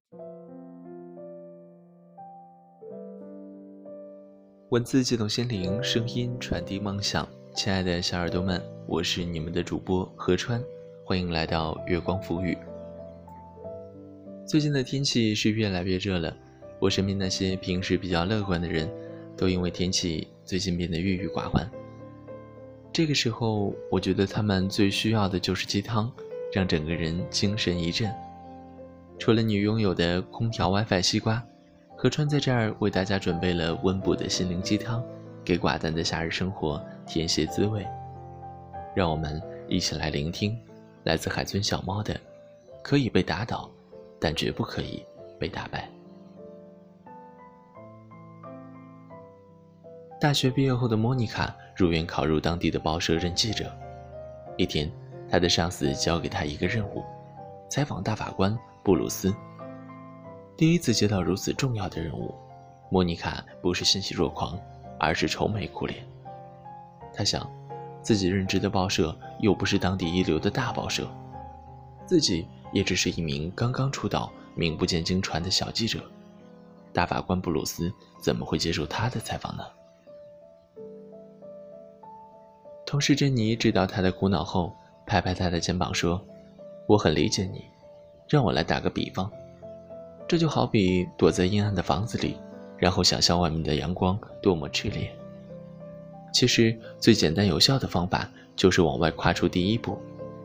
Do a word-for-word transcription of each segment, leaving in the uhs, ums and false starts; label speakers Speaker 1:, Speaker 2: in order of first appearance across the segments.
Speaker 1: 文字激动心灵，声音传递梦想。亲爱的小耳朵们，我是你们的主播何川，欢迎来到月光浮语。最近的天气是越来越热了，我身边那些平时比较乐观的人，都因为天气最近变得郁郁寡欢。这个时候，我觉得他们最需要的就是鸡汤，让整个人精神一振。除了你拥有的空调 WiFi 西瓜，何川在这儿为大家准备了温补的心灵鸡汤，给寡淡的夏日生活添些滋味。让我们一起来聆听来自海豚小猫的可以被打倒，但绝不可以被打败。大学毕业后的莫妮卡如愿考入当地的报社任记者。一天，她的上司交给她一个任务，采访大法官布鲁斯。第一次接到如此重要的任务，莫妮卡不是欣喜若狂，而是愁眉苦脸。她想，自己任职的报社又不是当地一流的大报社，自己也只是一名刚刚出道、名不见经传的小记者，大法官布鲁斯怎么会接受她的采访呢？同事珍妮知道她的苦恼后，拍拍她的肩膀说：“我很理解你，让我来打个比方。这就好比躲在阴暗的房子里，然后想象外面的阳光多么炽烈。其实最简单有效的方法就是往外跨出第一步。”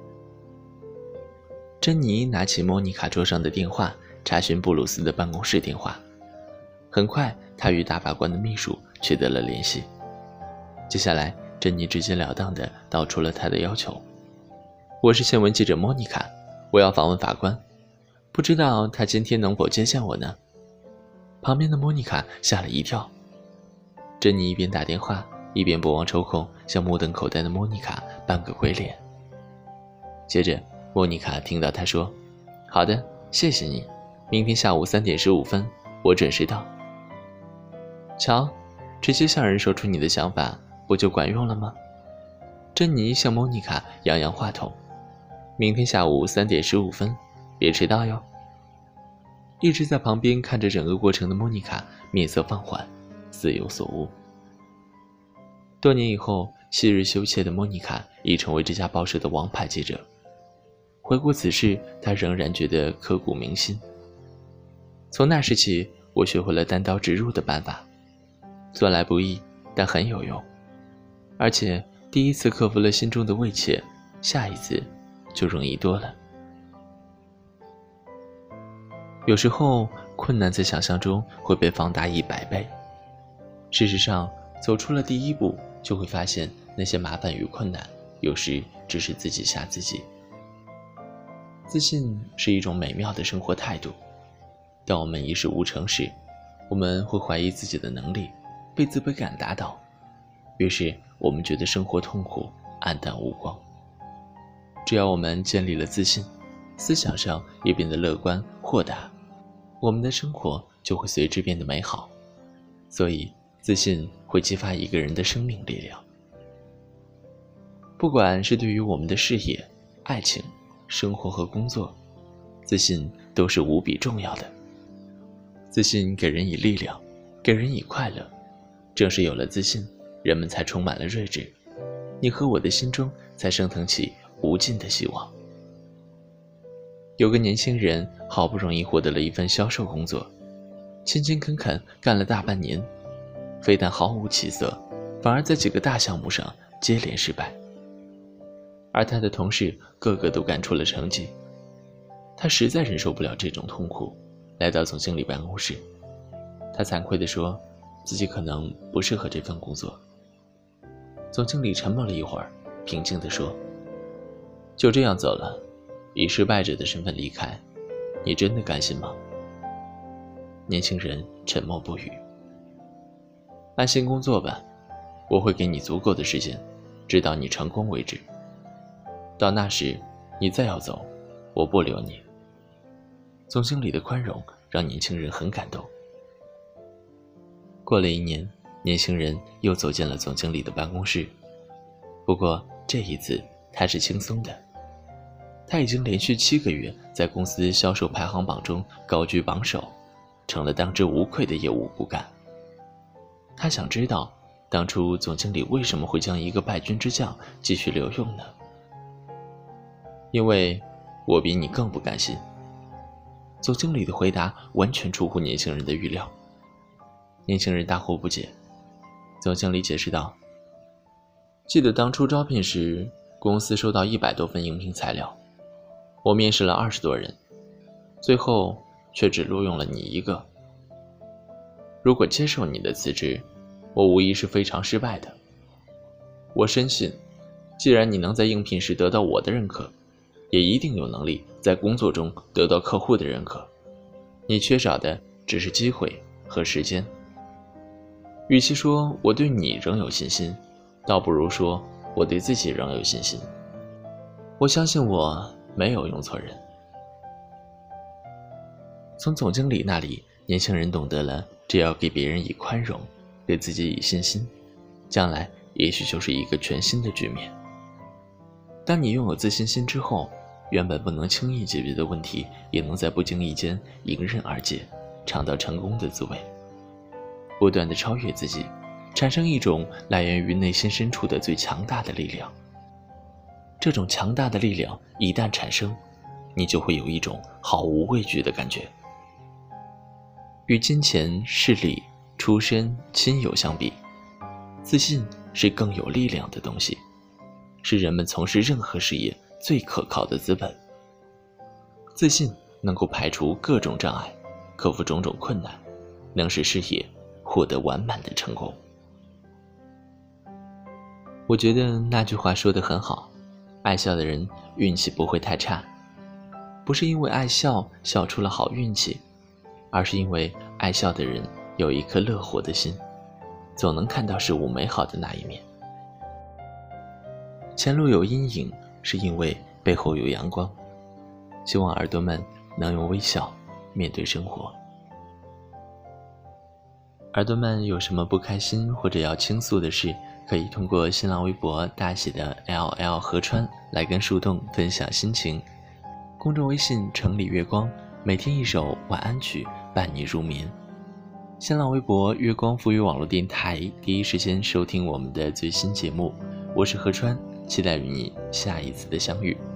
Speaker 1: 珍妮拿起莫妮卡桌上的电话，查询布鲁斯的办公室电话。很快，她与大法官的秘书取得了联系。接下来，珍妮直截了当地道出了她的要求：“我是新闻记者莫妮卡，我要访问法官。不知道他今天能否接见我呢？”旁边的莫妮卡吓了一跳。珍妮一边打电话，一边不忘抽空向目瞪口呆的莫妮卡扮个鬼脸。接着，莫妮卡听到他说：“好的，谢谢你，明天下午三点十五分，我准时到。”瞧，直接向人说出你的想法，不就管用了吗？珍妮向莫妮卡扬扬话筒：“明天下午三点十五分。别迟到哟。”一直在旁边看着整个过程的莫妮卡面色放缓，似有所悟。多年以后，昔日羞怯的莫妮卡已成为这家报社的王牌记者。回顾此事，她仍然觉得刻骨铭心。从那时起，我学会了单刀直入的办法，做来不易，但很有用。而且第一次克服了心中的畏怯，下一次就容易多了。有时候，困难在想象中会被放大一百倍。事实上，走出了第一步，就会发现那些麻烦与困难，有时只是自己吓自己。自信是一种美妙的生活态度。当我们一事无成时，我们会怀疑自己的能力，被自卑感打倒，于是我们觉得生活痛苦、黯淡无光。只要我们建立了自信，思想上也变得乐观豁达，我们的生活就会随之变得美好。所以自信会激发一个人的生命力量。不管是对于我们的事业、爱情、生活和工作，自信都是无比重要的。自信给人以力量，给人以快乐。正是有了自信，人们才充满了睿智，你和我的心中才升腾起无尽的希望。有个年轻人好不容易获得了一份销售工作，勤勤恳恳干了大半年，非但毫无起色，反而在几个大项目上接连失败。而他的同事个个都干出了成绩，他实在忍受不了这种痛苦，来到总经理办公室。他惭愧地说，自己可能不适合这份工作。总经理沉默了一会儿，平静地说：“就这样走了，以失败者的身份离开，你真的甘心吗？”年轻人沉默不语。安心工作吧，我会给你足够的时间，直到你成功为止。到那时，你再要走，我不留你。总经理的宽容让年轻人很感动。过了一年，年轻人又走进了总经理的办公室，不过这一次他是轻松的。 他已经连续七个月在公司销售排行榜中高居榜首，成了当之无愧的业务骨干。他想知道，当初总经理为什么会将一个败军之将继续留用呢？因为我比你更不甘心。总经理的回答完全出乎年轻人的预料。年轻人大惑不解。总经理解释道：记得当初招聘时，公司收到一百多份应聘材料，我面试了二十多人，最后却只录用了你一个。如果接受你的辞职，我无疑是非常失败的。我深信，既然你能在应聘时得到我的认可，也一定有能力在工作中得到客户的认可。你缺少的只是机会和时间。与其说我对你仍有信心，倒不如说我对自己仍有信心。我相信我没有用错人。从总经理那里，年轻人懂得了，只要给别人以宽容，给自己以信心，将来也许就是一个全新的局面。当你拥有自信心之后，原本不能轻易解决的问题，也能在不经意间迎刃而解，尝到成功的滋味。不断地超越自己，产生一种来源于内心深处的最强大的力量。这种强大的力量一旦产生，你就会有一种毫无畏惧的感觉。与金钱、势力、出身、亲友相比，自信是更有力量的东西，是人们从事任何事业最可靠的资本。自信能够排除各种障碍，克服种种困难，能使事业获得完满的成功。我觉得那句话说得很好，爱笑的人运气不会太差，不是因为爱笑笑出了好运气，而是因为爱笑的人有一颗乐活的心，总能看到事物美好的那一面。前路有阴影，是因为背后有阳光。希望耳朵们能用微笑面对生活。耳朵们有什么不开心或者要倾诉的事，可以通过新浪微博大写的 L L 河川来跟树洞分享心情。公众微信城里月光，每天一首晚安曲伴你入眠。新浪微博月光赋予网络电台，第一时间收听我们的最新节目。我是河川，期待与你下一次的相遇。